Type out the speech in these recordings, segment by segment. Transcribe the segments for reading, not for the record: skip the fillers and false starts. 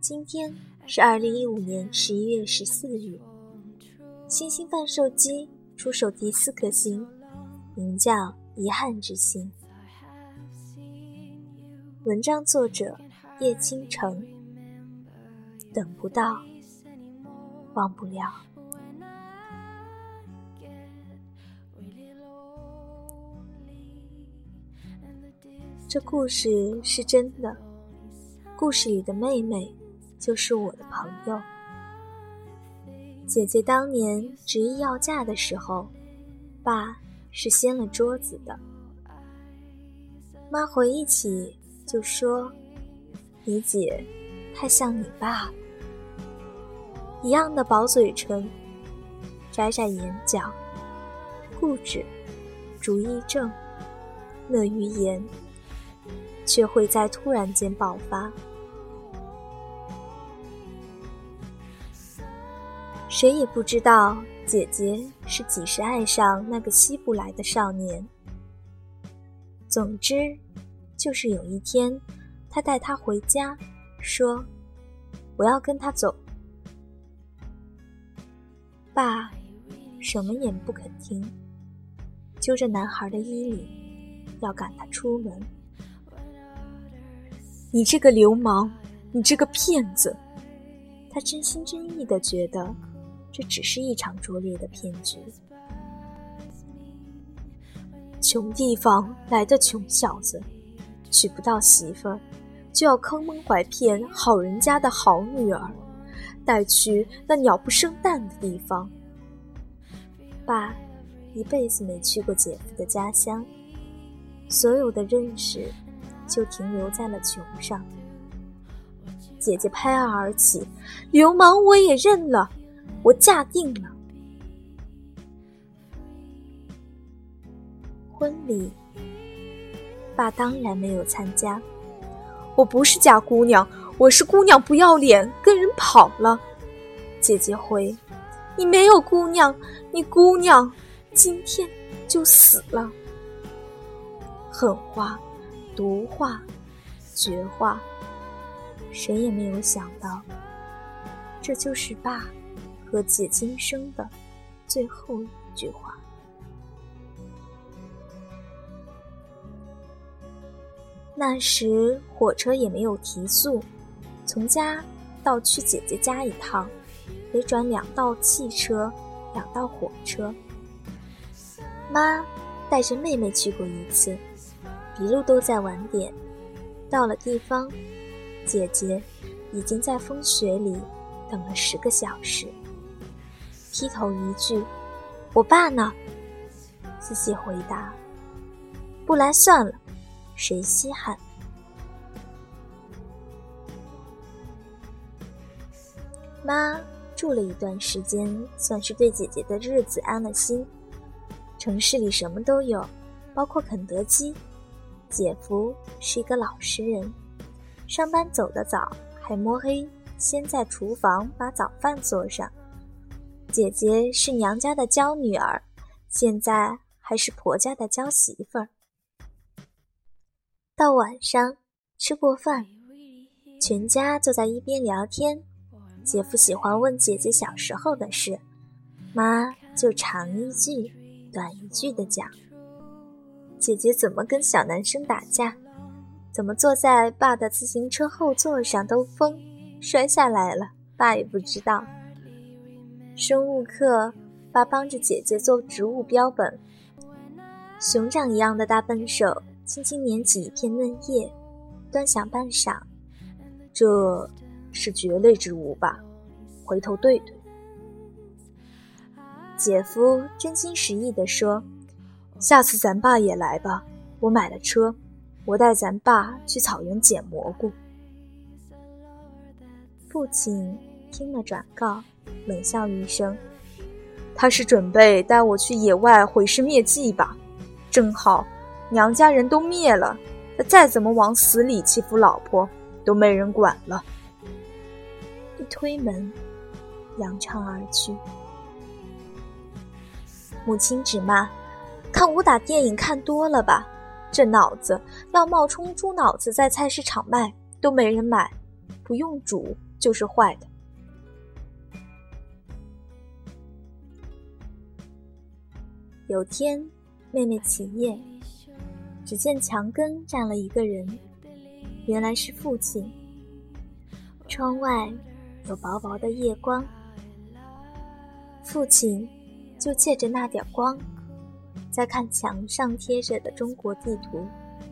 今天是2015年11月14日，新兴贩售机出手第4颗星，名叫遗憾之星。文章作者叶倾城。等不到，忘不了。这故事是真的，故事里的妹妹就是我的朋友。姐姐当年执意要嫁的时候，爸是掀了桌子的。妈回忆起就说，你姐太像你爸了，一样的薄嘴唇，窄窄眼角，固执，主意正，乐于言，却会在突然间爆发。谁也不知道姐姐是几时爱上那个西部来的少年。总之，就是有一天，他带她回家，说：“我要跟他走。”爸什么也不肯听，揪着男孩的衣领，要赶他出门。你这个流氓，你这个骗子！他真心真意地觉得，这只是一场拙劣的骗局。穷地方来的穷小子，娶不到媳妇儿，就要坑蒙拐骗好人家的好女儿，带去那鸟不生蛋的地方。爸一辈子没去过姐夫的家乡，所有的认识就停留在了穷上。姐姐拍案而起，流氓我也认了，我嫁定了。婚礼，爸当然没有参加。我不是假姑娘，我是姑娘不要脸，跟人跑了。姐姐回，你没有姑娘，你姑娘今天就死了。狠话，毒话，绝话，谁也没有想到，这就是爸和姐今生的最后一句话。那时火车也没有提速，从家到去姐姐家一趟，得转2道汽车，2道火车。妈带着妹妹去过一次，一路都在晚点。到了地方，姐姐已经在风雪里等了10个小时。劈头一句，我爸呢？仔细回答，不来算了，谁稀罕。妈住了一段时间，算是对姐姐的日子安了心。城市里什么都有，包括肯德基。姐夫是一个老实人，上班走得早，还摸黑先在厨房把早饭做上。姐姐是娘家的娇女儿，现在还是婆家的娇媳妇儿。到晚上吃过饭，全家坐在一边聊天。姐夫喜欢问姐姐小时候的事，妈就长一句短一句地讲。姐姐怎么跟小男生打架，怎么坐在爸的自行车后座上兜风，摔下来了，爸也不知道。生物课，爸帮着姐姐做植物标本，熊掌一样的大笨手轻轻捻起一片嫩叶，端详半晌，这是蕨类植物吧？回头对对。姐夫真心实意地说，下次咱爸也来吧，我买了车，我带咱爸去草原捡蘑菇。父亲听了转告，冷笑一声，他是准备带我去野外毁尸灭迹吧？正好娘家人都灭了，他再怎么往死里欺负老婆都没人管了。一推门，扬长而去。母亲只骂，看武打电影看多了吧，这脑子要冒充猪脑子在菜市场卖，都没人买，不用煮就是坏的。 有天，妹妹起夜，只见墙根站了一个人，原来是父亲。窗外有薄薄的夜光，父亲就借着那点光，在看墙上贴着的中国地图，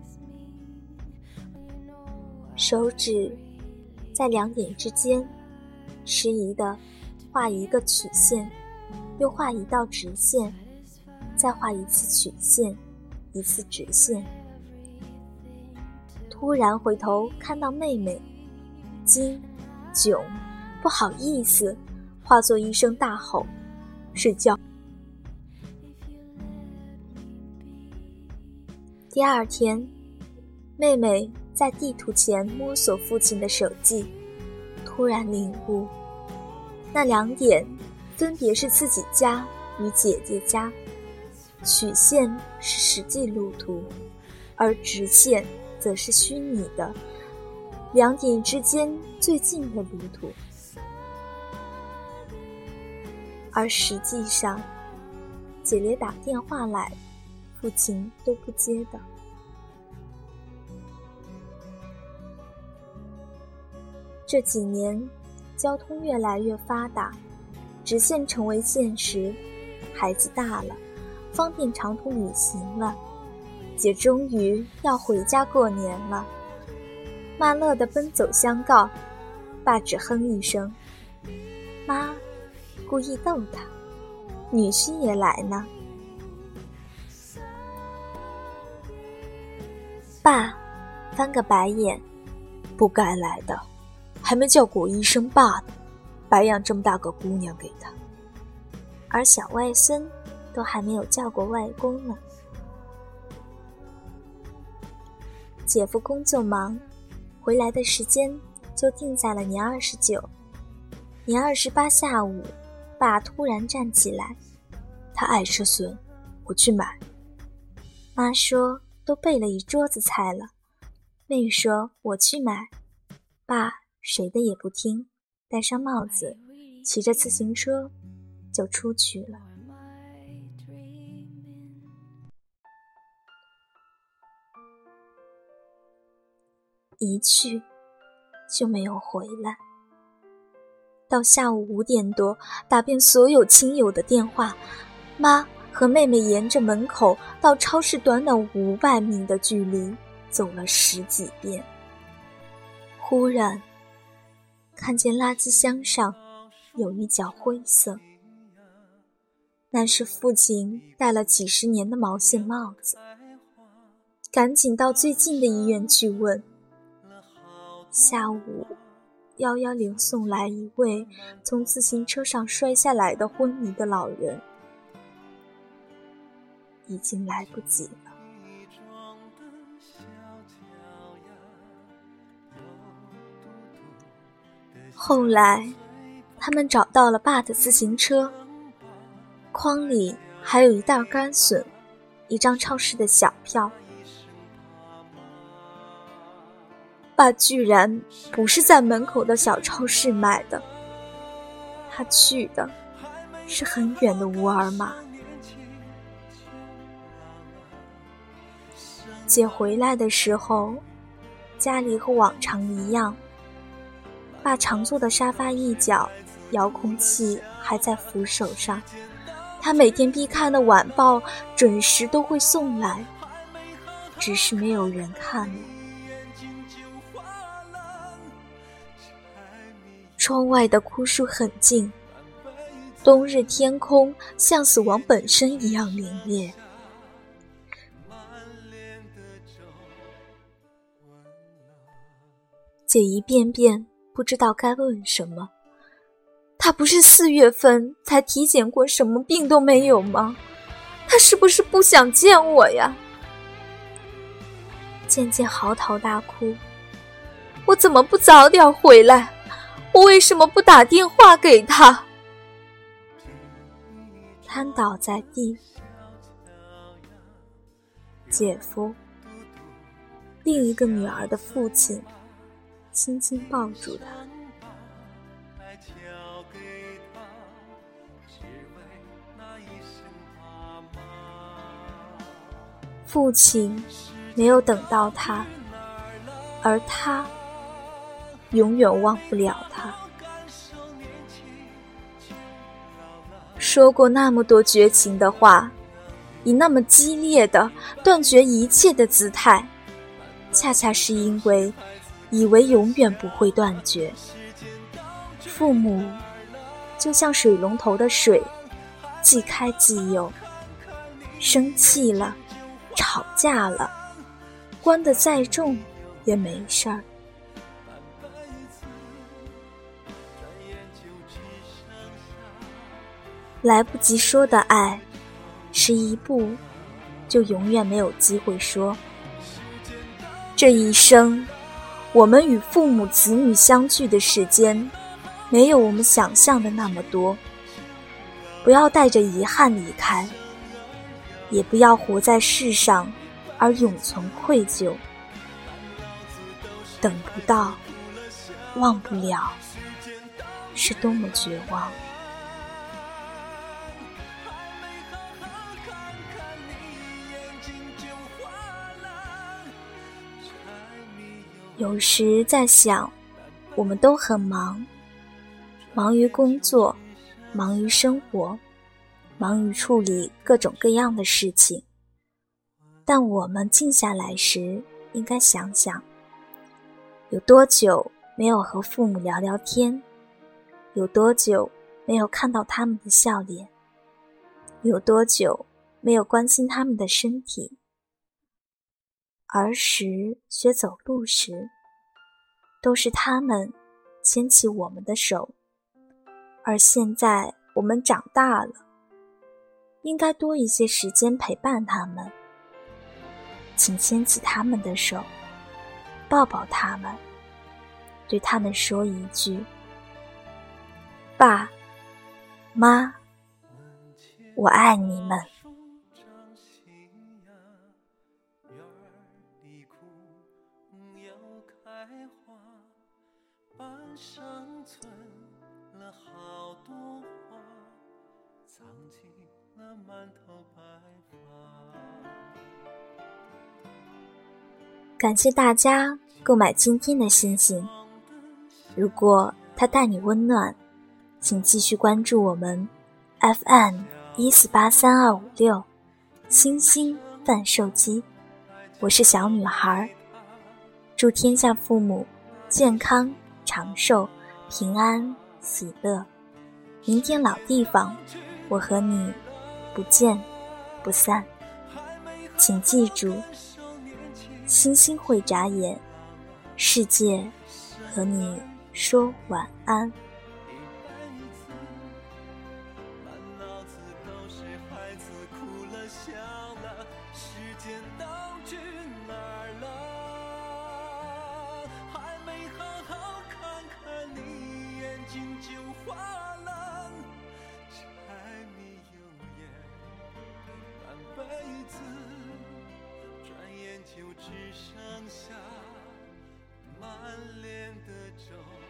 手指在两点之间迟疑地画一个曲线，又画一道直线，再画一次曲线，一次直线。突然回头看到妹妹，惊、窘、不好意思，化作一声大吼：睡觉。第二天，妹妹在地图前摸索父亲的手记，突然领悟，那两点分别是自己家与姐姐家，曲线是实际路途，而直线则是虚拟的，两点之间最近的路途。而实际上，姐姐打电话来，父亲都不接的。这几年，交通越来越发达，直线成为现实，孩子大了，方便长途旅行了，姐终于要回家过年了。妈乐得奔走相告，爸只哼一声。妈故意逗他，女婿也来呢。爸翻个白眼，不该来的，还没叫过我一声爸呢，白养这么大个姑娘给他。而小外孙都还没有叫过外公呢。姐夫工作忙，回来的时间就定在了年29。年28下午，爸突然站起来，他爱吃笋，我去买。妈说都备了一桌子菜了。妹说我去买。爸谁的也不听，戴上帽子，骑着自行车就出去了。一去就没有回来。到下午5点多，打遍所有亲友的电话，妈和妹妹沿着门口到超市短短500米的距离走了10几遍。忽然看见垃圾箱上有一角灰色，那是父亲戴了几十年的毛线帽子。赶紧到最近的医院去问。下午110送来一位从自行车上摔下来的昏迷的老人，已经来不及了。后来他们找到了爸的自行车，筐里还有一袋干笋，一张超市的小票。爸居然不是在门口的小超市买的，他去的是很远的乌尔玛。姐回来的时候，家里和往常一样，爸常坐的沙发一角，遥控器还在扶手上，他每天必看的晚报准时都会送来，只是没有人看了。窗外的枯树很静，冬日天空像死亡本身一样凛冽。姐一遍遍不知道该问什么。他不是4月份才体检过，什么病都没有吗？他是不是不想见我呀？渐渐嚎啕大哭。我怎么不早点回来？我为什么不打电话给他？瘫倒在地。姐夫，另一个女儿的父亲，轻轻抱住他。 父亲没有等到他，而他永远忘不了他。说过那么多绝情的话，以那么激烈的断绝一切的姿态，恰恰是因为以为永远不会断绝。父母就像水龙头的水，即开即有，生气了，吵架了，关得再重也没事儿。来不及说的爱，是一步就永远没有机会说。这一生，我们与父母子女相聚的时间，没有我们想象的那么多。不要带着遗憾离开，也不要活在世上而永存愧疚。等不到，忘不了，是多么绝望。有时在想，我们都很忙，忙于工作，忙于生活，忙于处理各种各样的事情。但我们静下来时，应该想想，有多久没有和父母聊聊天，有多久没有看到他们的笑脸，有多久没有关心他们的身体。儿时学走路时，都是他们牵起我们的手，而现在我们长大了，应该多一些时间陪伴他们。请牵起他们的手，抱抱他们，对他们说一句：爸妈，我爱你们。上存了好多花，藏起了满头白发。感谢大家购买今天的星星，如果它带你温暖，请继续关注我们 FM1483256星星贩售机。我是小女孩，祝天下父母健康长寿，平安喜乐。明天老地方，我和你不见不散。请记住，星星会眨眼，世界和你说晚安。就花了，柴米油盐半辈子，转眼就只剩下满脸的皱。